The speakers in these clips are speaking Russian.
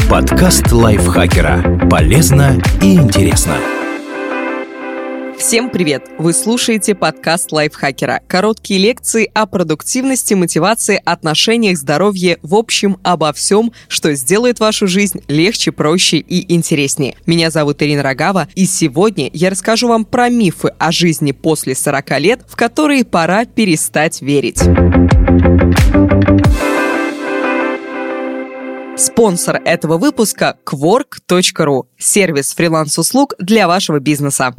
Подкаст лайфхакера. Полезно и интересно. Всем привет! Вы слушаете подкаст лайфхакера. Короткие лекции о продуктивности, мотивации, отношениях, здоровье, в общем, обо всем, что сделает вашу жизнь легче, проще и интереснее. Меня зовут Ирина Рогава, и сегодня я расскажу вам про мифы о жизни после 40 лет, в которые пора перестать верить. Спонсор этого выпуска – Quark.ru – сервис фриланс-услуг для вашего бизнеса.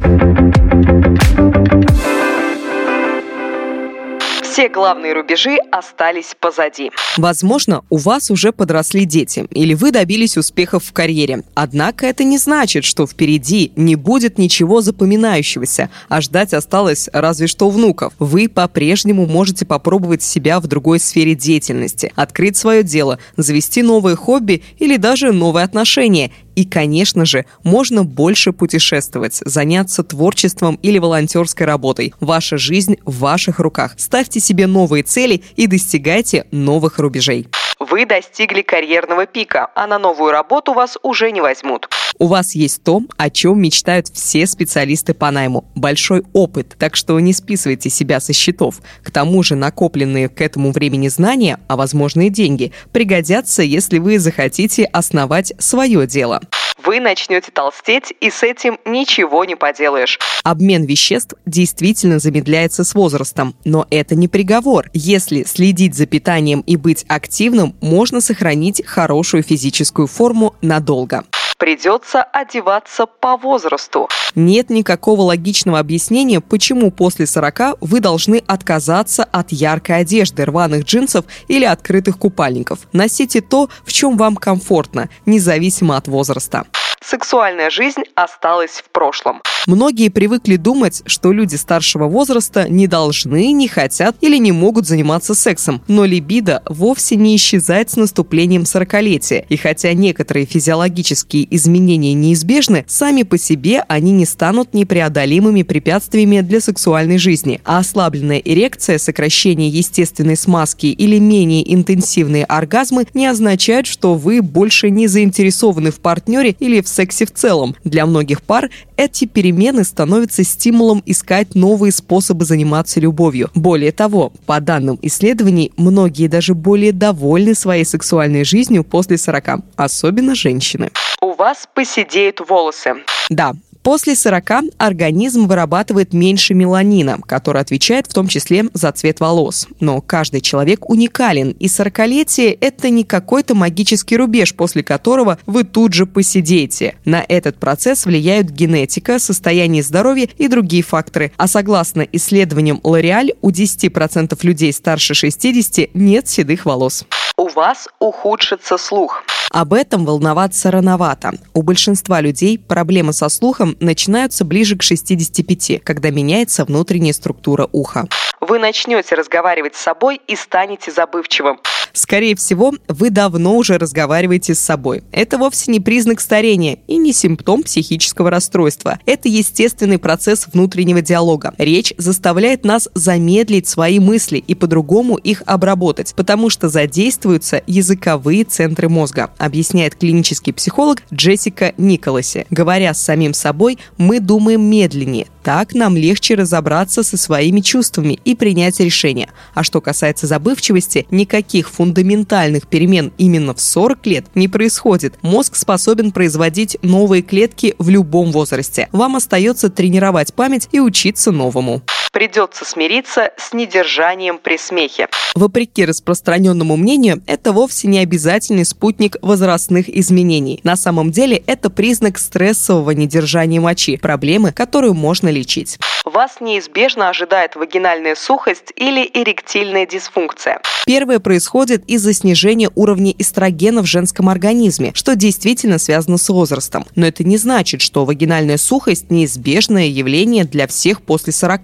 Все главные рубежи остались позади. Возможно, у вас уже подросли дети, или вы добились успехов в карьере. Однако это не значит, что впереди не будет ничего запоминающегося, а ждать осталось разве что внуков. Вы по-прежнему можете попробовать себя в другой сфере деятельности, открыть свое дело, завести новые хобби или даже новые отношения. И, конечно же, можно больше путешествовать, заняться творчеством или волонтерской работой. Ваша жизнь в ваших руках. Ставьте себе новые цели и достигайте новых рубежей. Вы достигли карьерного пика, а на новую работу вас уже не возьмут. У вас есть то, о чем мечтают все специалисты по найму – большой опыт, так что не списывайте себя со счетов. К тому же накопленные к этому времени знания, а возможно и деньги, пригодятся, если вы захотите основать свое дело. Вы начнете толстеть, и с этим ничего не поделаешь. Обмен веществ действительно замедляется с возрастом, но это не приговор. Если следить за питанием и быть активным, можно сохранить хорошую физическую форму надолго. Придется одеваться по возрасту. Нет никакого логичного объяснения, почему после 40 вы должны отказаться от яркой одежды, рваных джинсов или открытых купальников. Носите то, в чем вам комфортно, независимо от возраста. Сексуальная жизнь осталась в прошлом. Многие привыкли думать, что люди старшего возраста не должны, не хотят или не могут заниматься сексом. Но либидо вовсе не исчезает с наступлением 40-летия. И хотя некоторые физиологические изменения неизбежны, сами по себе они не станут непреодолимыми препятствиями для сексуальной жизни. А ослабленная эрекция, сокращение естественной смазки или менее интенсивные оргазмы не означают, что вы больше не заинтересованы в партнере или в сексе в целом. Для многих пар эти перемены становятся стимулом искать новые способы заниматься любовью. Более того, по данным исследований, многие даже более довольны своей сексуальной жизнью после 40, особенно женщины. У вас поседеют волосы. Да. После 40 организм вырабатывает меньше меланина, который отвечает в том числе за цвет волос. Но каждый человек уникален, и 40-летие – это не какой-то магический рубеж, после которого вы тут же поседеете. На этот процесс влияют генетика, состояние здоровья и другие факторы. А согласно исследованиям L'Oréal, у 10% людей старше 60 нет седых волос. У вас ухудшится слух. Об этом волноваться рановато. У большинства людей проблемы со слухом начинаются ближе к 65, когда меняется внутренняя структура уха. Вы начнете разговаривать с собой и станете забывчивым. Скорее всего, вы давно уже разговариваете с собой. Это вовсе не признак старения и не симптом психического расстройства. Это естественный процесс внутреннего диалога. Речь заставляет нас замедлить свои мысли и по-другому их обработать, потому что задействуются языковые центры мозга, объясняет клинический психолог Джессика Николаси. Говоря с самим собой, мы думаем медленнее. Так нам легче разобраться со своими чувствами и принять решение. А что касается забывчивости, никаких фундаментальных перемен именно в 40 лет не происходит. Мозг способен производить новые клетки в любом возрасте. Вам остается тренировать память и учиться новому. Придется смириться с недержанием при смехе. Вопреки распространенному мнению, это вовсе не обязательный спутник возрастных изменений. На самом деле это признак стрессового недержания мочи, проблемы, которую можно лечить. Вас неизбежно ожидает вагинальная сухость или эректильная дисфункция. Первое происходит из-за снижения уровня эстрогена в женском организме, что действительно связано с возрастом. Но это не значит, что вагинальная сухость – неизбежное явление для всех после 40. По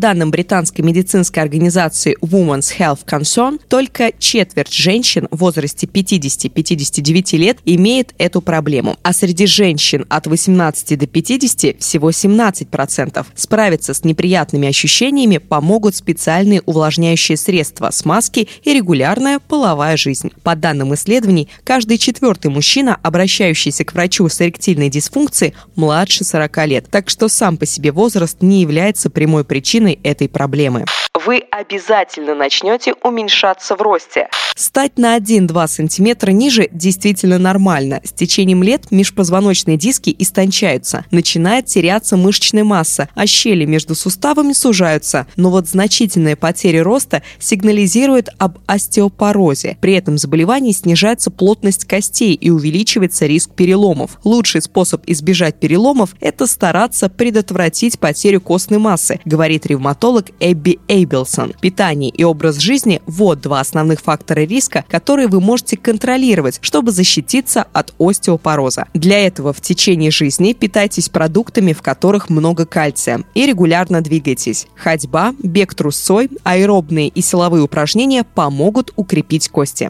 данным британской медицинской организации Women's Health Concern, только четверть женщин в возрасте 50-59 лет имеет эту проблему, а среди женщин от 18 до 50 всего 17%. Справиться с неприятными ощущениями помогут специальные увлажняющие средства, смазки и регулярная половая жизнь. По данным исследований, каждый четвертый мужчина, обращающийся к врачу с эректильной дисфункцией, младше 40 лет. Так что сам по себе возраст не является прямой причиной этой проблемы. Вы обязательно начнете уменьшаться в росте. Стать на 1-2 сантиметра ниже действительно нормально. С течением лет межпозвоночные диски истончаются, начинает теряться мышечная масса, а щели между суставами сужаются. Но вот значительная потеря роста сигнализирует об остеопорозе. При этом заболевании снижается плотность костей и увеличивается риск переломов. Лучший способ избежать переломов – это стараться предотвратить потерю костной массы, говорит ревматолог Эбби Эйбелсон. Питание и образ жизни – вот два основных фактора риска, которые вы можете контролировать, чтобы защититься от остеопороза. Для этого в течение жизни питайтесь продуктами, в которых много кальция, и регулярно двигайтесь. Ходьба, бег трусцой, аэробные и силовые упражнения помогут укрепить кости.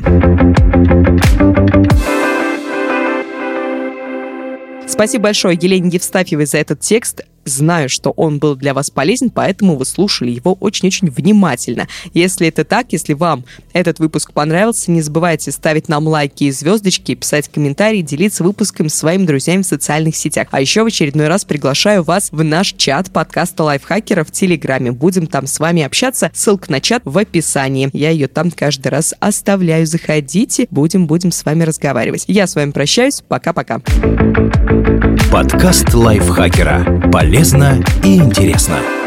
Спасибо большое Елене Евстафьевой за этот текст. Знаю, что он был для вас полезен, поэтому вы слушали его очень-очень внимательно. Если это так, если вам этот выпуск понравился, не забывайте ставить нам лайки и звездочки, писать комментарии, делиться выпуском с своими друзьями в социальных сетях. А еще в очередной раз приглашаю вас в наш чат подкаста Лайфхакера в Телеграме. Будем там с вами общаться. Ссылка на чат в описании. Я ее там каждый раз оставляю. Заходите, будем с вами разговаривать. Я с вами прощаюсь. Пока-пока. Подкаст Лайфхакера. Полезно и интересно.